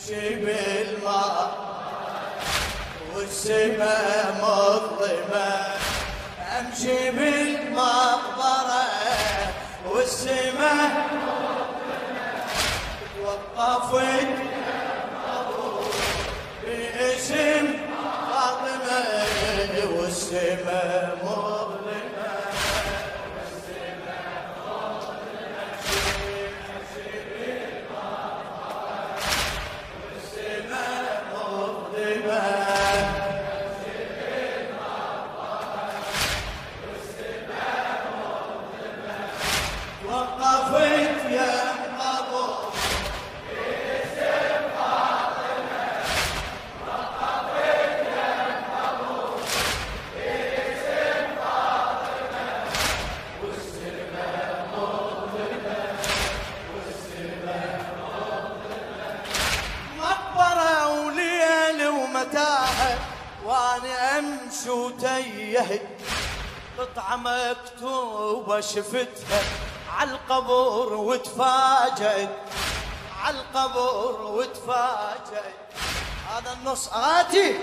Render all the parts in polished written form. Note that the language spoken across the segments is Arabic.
امشي بالماء والسماء مظلمة، امشي بالمقبرة والسماء مظلمة، توقفت باسم فاطمة والسماء مظلمة. وقفت يا قبر باسم فاطمة، وقفت يا قبر باسم فاطمة والسماء مظلمة، والسماء مظلمة. مقبرة وليل ومتاهة وانا امشي وتيهت، قطعة مكتوبة شفتها عالقبر وتفاجأت، عالقبر وتفاجأت. هذا النص آتي.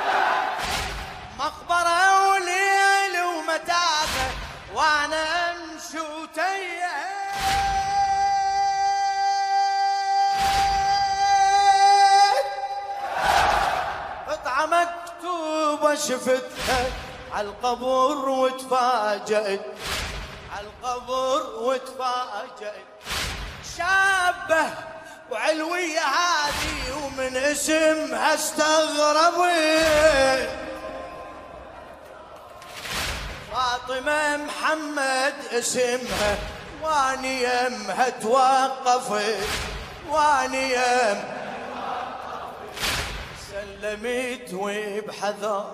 مقبرة وليل ومتاهة وانا امشي وتيهت، قطعة مكتوبة شفتها عالقبر وتفاجأت، عالقبر وتفاجأت. شابة وعلوية هذه ومن اسمها استغربت، فاطمة محمد اسمها، واني يمها توقفت، واني يمها سلمت وبحذر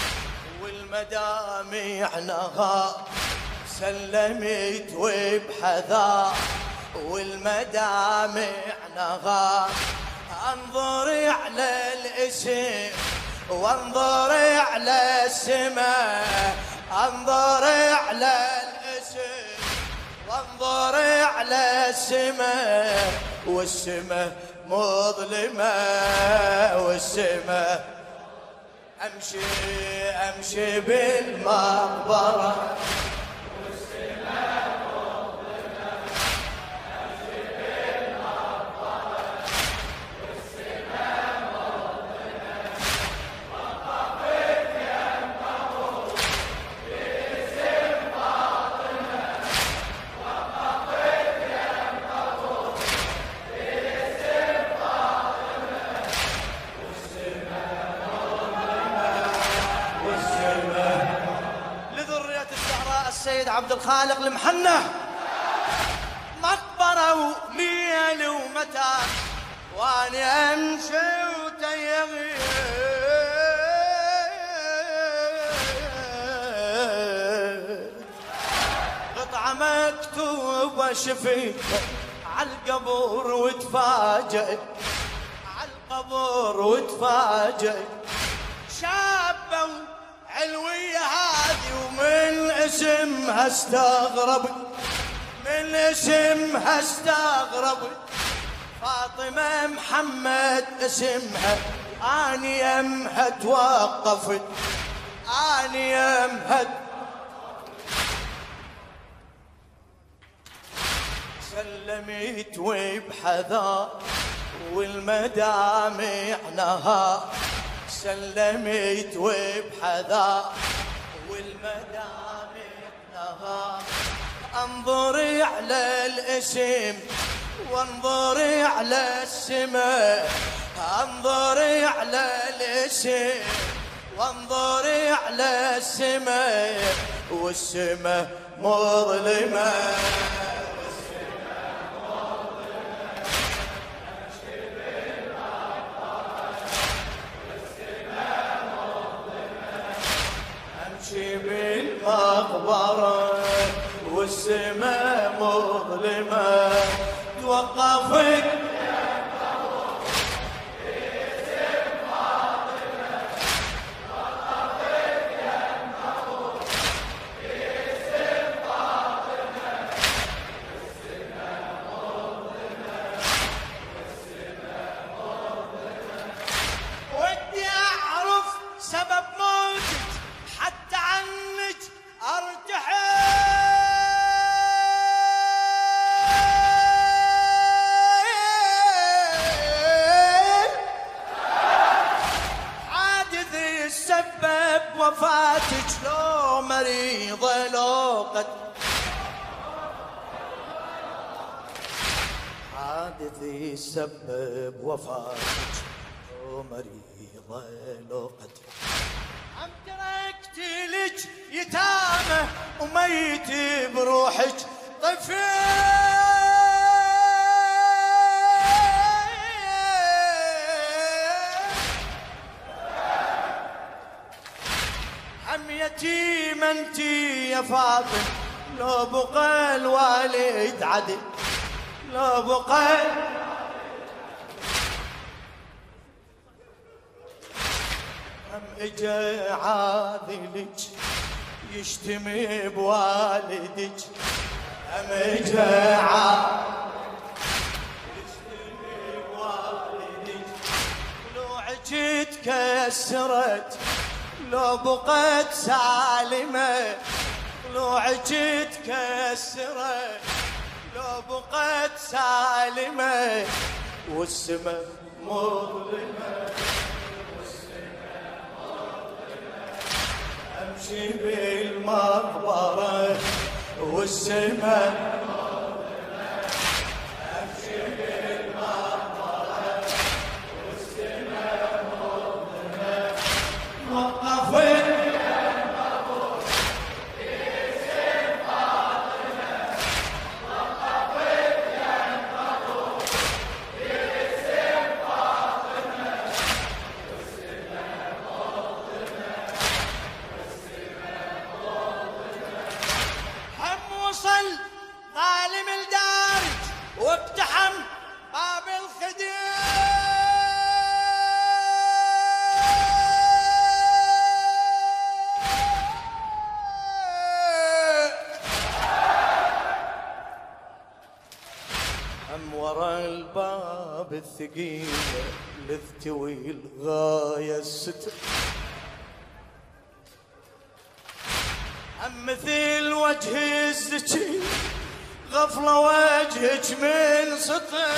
والمدامع نغى، سلمت وبحذر والمدامع نغى. انظري على الاسم وانظري على السماء، انظري على الاسم وانظري على السماء والسماء مظلمة، والسماء. امشي امشي بالمقبرة والسماء مظلمة، امشي بالمقبرة والسماء مظلمة. وقفت يا قبر باسم فاطمة، وقفت يا قبر باسم فاطمة والسماء لذرية الزهراء السيد عبد الخالق المحنة. مقبرة وليل ومتى واني امشي وتيغي، قطعة مكتوبة شفيتها عالقبر وتفاجأت، عالقبر وتفاجأت. شابة علوية هذه ومن اسمها استغربت، من اسمها استغربت. فاطمة محمد اسمها، اني يمها توقفت، اني يمها سلمت وبحذر والمدامع نهى، سلمت وبحذر والمدامع نهى. انظري على الاسم وانظري على السماء، انظري على الاسم وانظري على السماء والسماء مظلمة، بالمقبرة والسماء مظلمة. توقفت وفاتك لو مريضة لو قد حادث يسبب وفاتك لو مريضة لو قد عم تركت لك يتامى وميت بروحك طفل عم يتيم انتي يا فاطمة لو بقى الوالد عدل لو بقى هم اجا عاذلك يشتمي بوالدك هم اجا يشتمي بوالدك ضلوعك تكسرت لو بقت سالمة ضلوعك تكسرت لو بقت سالمة والسماء مظلمة امشي بالمقبرة والسماء امشي بالمقبرة والسماء مظلمة وقفت ظالم الدارج واقتحم باب الخدير هم ورا الباب الثقيل للثوي الغاية الستر هم مثل وجه الزكي غفلة وجهك من سطر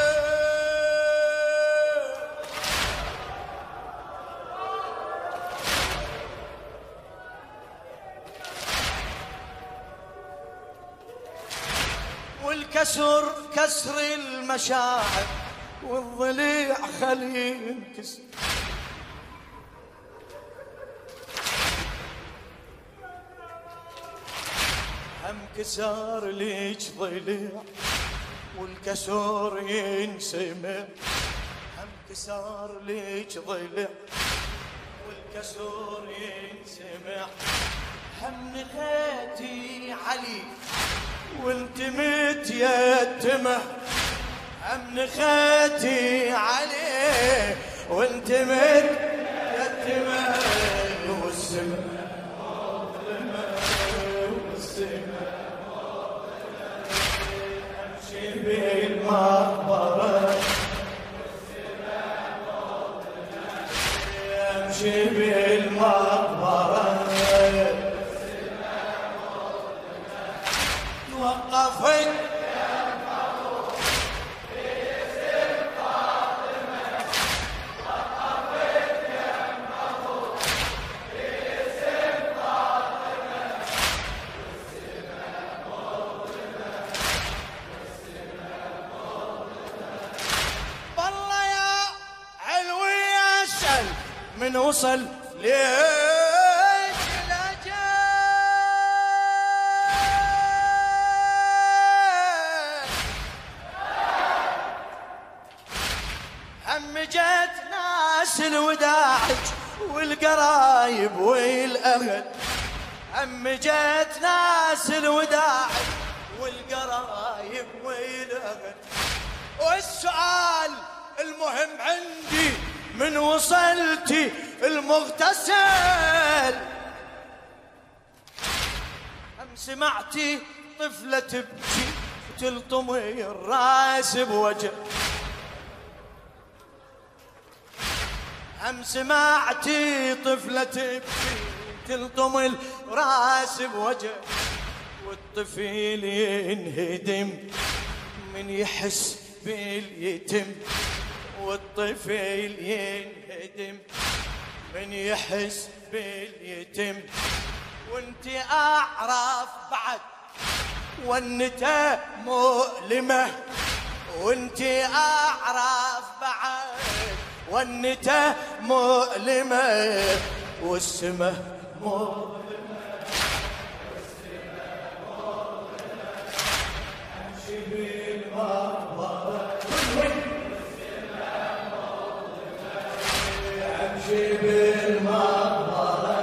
والكسر كسر المشاعر والضليع خليه ينكسر هم كسر ليك ضليع والكسر ينسمع هم كسر ليك ضليع والكسر ينسمع هم نخيتي علي وانت متيتمه هم نخيتي علي وانت متيتمه والسماء امشي بالمقبرة امشي بالمقبرة وقفت من وصل ليش الأجل هم جت ناس الوداعج والقرايب والأهل هم جت ناس الوداعج والقرايب والأهل والسؤال المهم عندي من وصلتي المغتسل هم سمعتي طفلة تبكي تلطمي الراس بوجه هم سمعتي طفلة تبكي تلطمي الراس بوجه والطفل ينهدم من يحس باليتم والطفل ينهدم من يحس باليتم وانت اعرف بعد ونته مؤلمة، وانت اعرف بعد ونته مؤلمة، والسماء مؤلمة، امشي بالمقبرة امشي بالمقبرة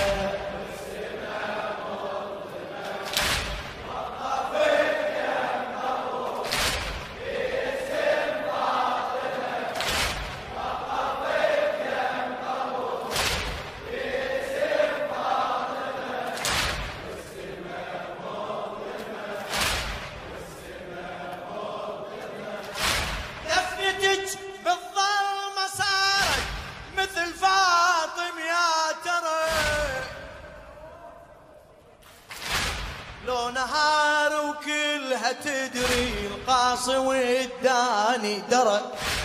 نهار وكلها تدري القاصي والداني درى،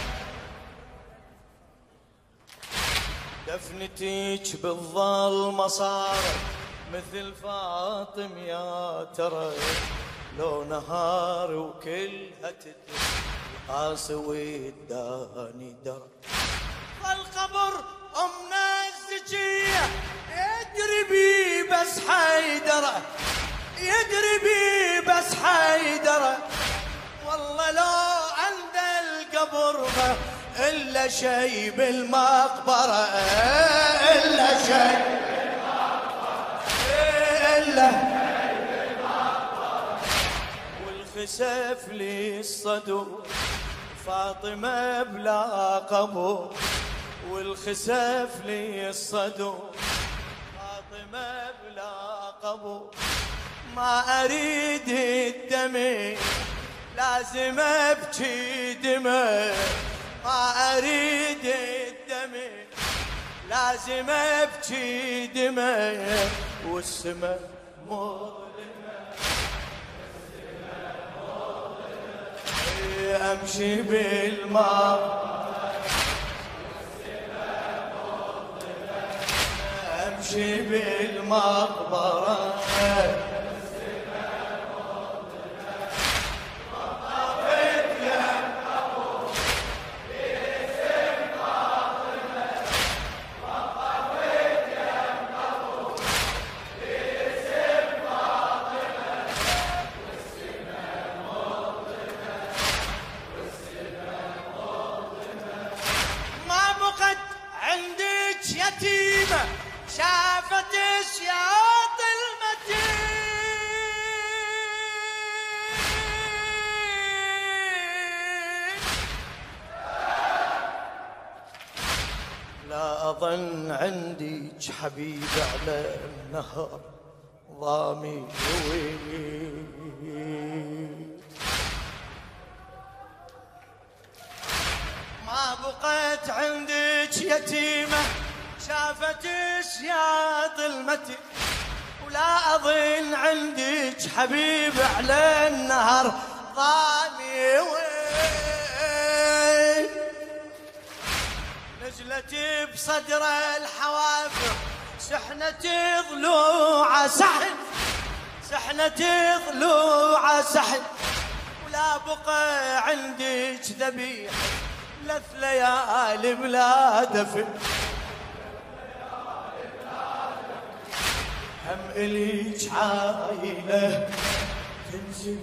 دفنتيج بالظلمة صارت مثل فاطم يا ترى، لو نهار وكلها تدري القاصي والداني درى. القبر أمنا الزكية يدري بي بس حيدرة، يدري بي بس حيدرة، والله لو عند القبر ما إلا شي بالمقبرة، إلا شي بالمقبرة، إلا شي بالمقبرة، والخسف لي الصدر فاطمة بلا قبر، والخسف لي الصدر فاطمة بلا قبر، ما أريد الدمع لازم أبكي دمع، ما أريد الدمع لازم أبكي دمع، والسماء مظلمة، أمشي بالماء أمشي بالمقبرة يتيمة شافت شياط المتين، لا أظن عندك حبيب على النهر ضامي ما بقيت عندك يتيمة شافت شياط المتين، ولا أظن عندك حبيب على النهر ضامي وين، نزلت بصدر الحوافر سحنة ضلوع سحن، سحنة ضلوع سحن، ولا بقى عندك ذبيح 3 ليالي بلا دفن، هم إليك عايلة تنزل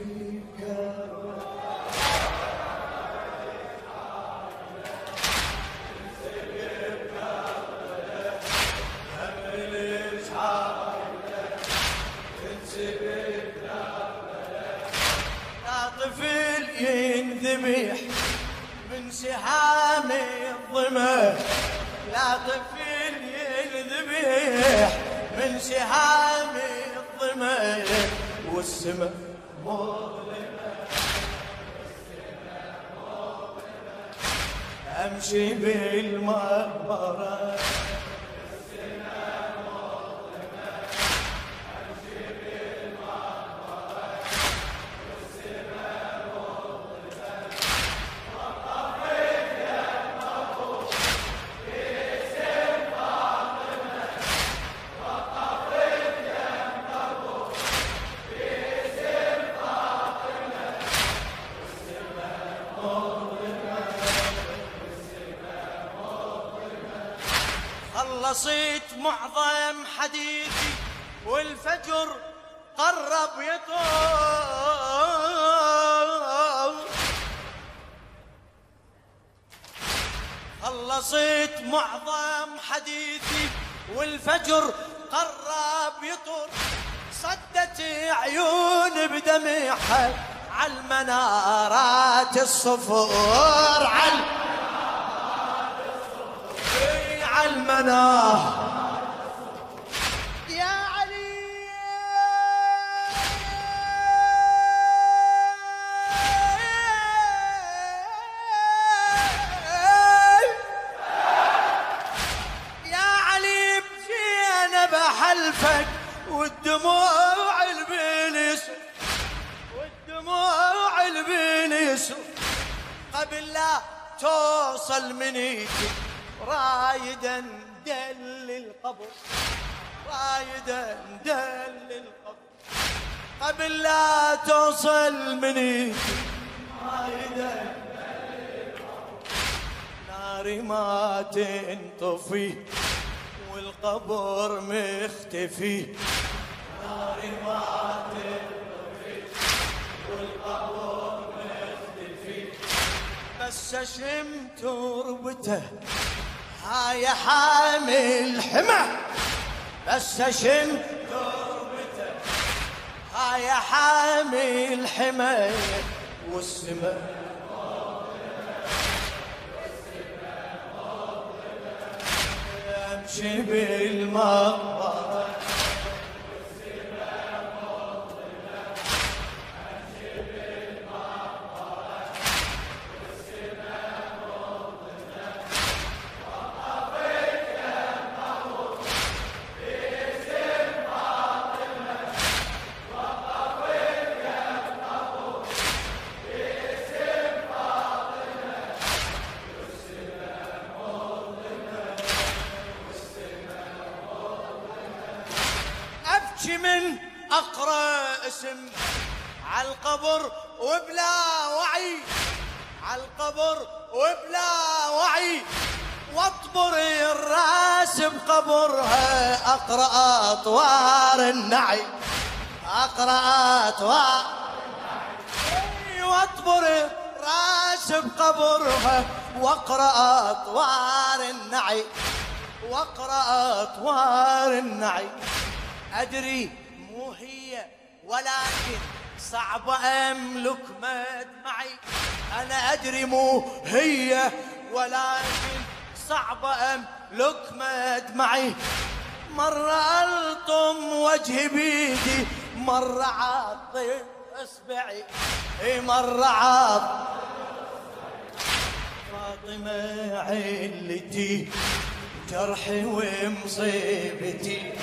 طفل ينذبح من سهام الظما، لا طفل ينذبح من سهام الظما، والسماء مظلمة، أمشي بالمقبرة خلصت معظم حديثي والفجر قرب يطول. خلصت معظم حديثي والفجر قرب يطول. صدت عيون بدمعها عالمنارات الصفور، عالمنار. يا علي يا علي بجينا بحلفك والدموع البنس، والدموع البنس قبل لا توصل منيتي رايدا دل القبر، رايدا دل القبر قبل لا توصل منيتي رايدا دل القبر. ناري ما تنطفي والقبر مختفي، ناري ما تنطفي والقبر مختفي. بس اشم تربته هاي حامل حمى، بس اشم تربته هاي حامل حمى. والسماء امشي بالمقبرة، والسماء مظلمة امشي بالمقبرة، والسماء مظلمة. وقفت يمه باسم فاطمة، وقفت يمه باسم فاطمة. والسماء مظلمة، والسماء مظلمة. أبكي من أقرأ اسم عالقبر وبلا وعي، عالقبر وبلا وعي. واطبر الراس بقبرها أقرأ أطوار النعي، أقرأ أطوار النعي. واطبر الراس بقبرها واقرأ أطوار النعي، واقرأ أطوار النعي. أدري مو هي ولكن صعب أملك مدمعي، أنا أدري مو هي ولكن صعب أملك مدمعي. مرة ألطم وجهي بيدي، مرة عض إصبعي، مرة عض. فاطمة علتي جرحي ومصيبتي،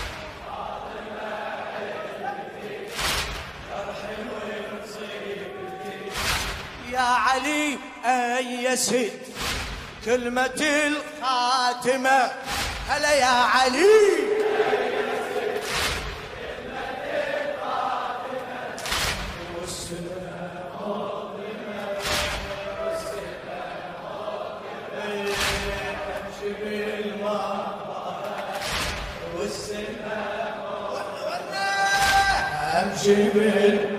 يا علي أيست كلمة الخاتمة. هلا يا علي أيست كلمة الخاتمة. والسلام مظلمة، والسلام مظلمة امشي بالمقبرة، والسلام مظلمة امشي بالمقبرة.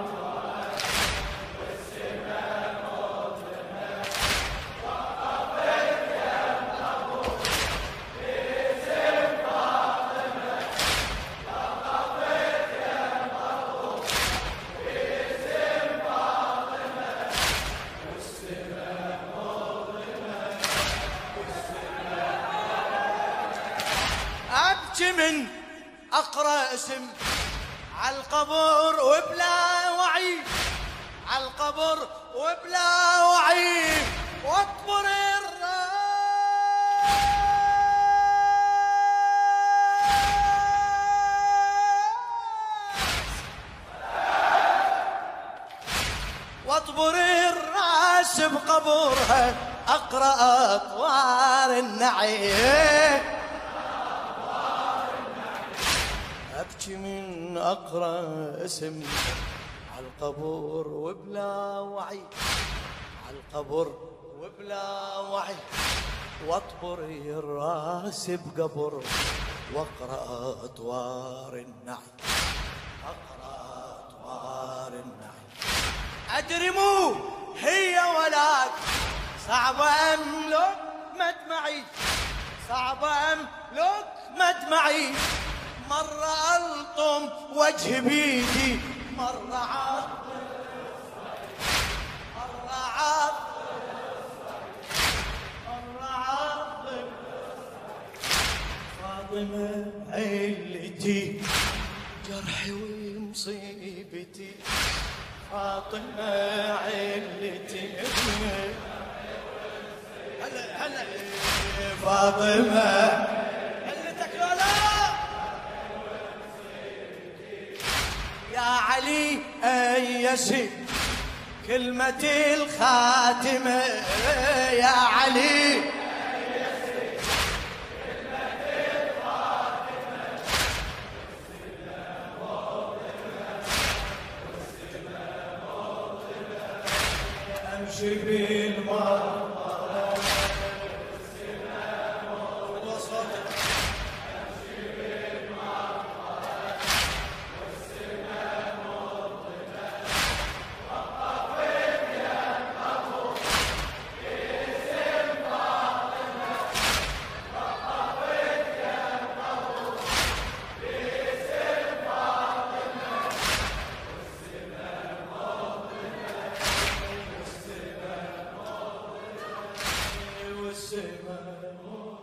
من أقرأ اسم عالقبر وبلا وعي، عالقبر وبلا وعي. واطبر الراس، واطبر الراس بقبرها أقرأ أطوار النعي. أبكي من أقرأ اسم عالقبر وبلا وعي، عالقبر وبلا وعي. واطبري الراس بقبر واقرأ أطوار النعي، أقرأ أطوار النعي. أدري مو هي ولاك صعبة أملك مدمعي، صعبة أملك مدمعي. مرة ألطم وجه بيدي، مرة عض، مرة عض، مرة عض. فاطمة علتي جرحي ومصيبتي، فاطمة علتي. هلا هلا فاطمة علتك لو لا يا علي أيسي كلمة الخاتمة، يا علي أمشي بالمرضى والسماء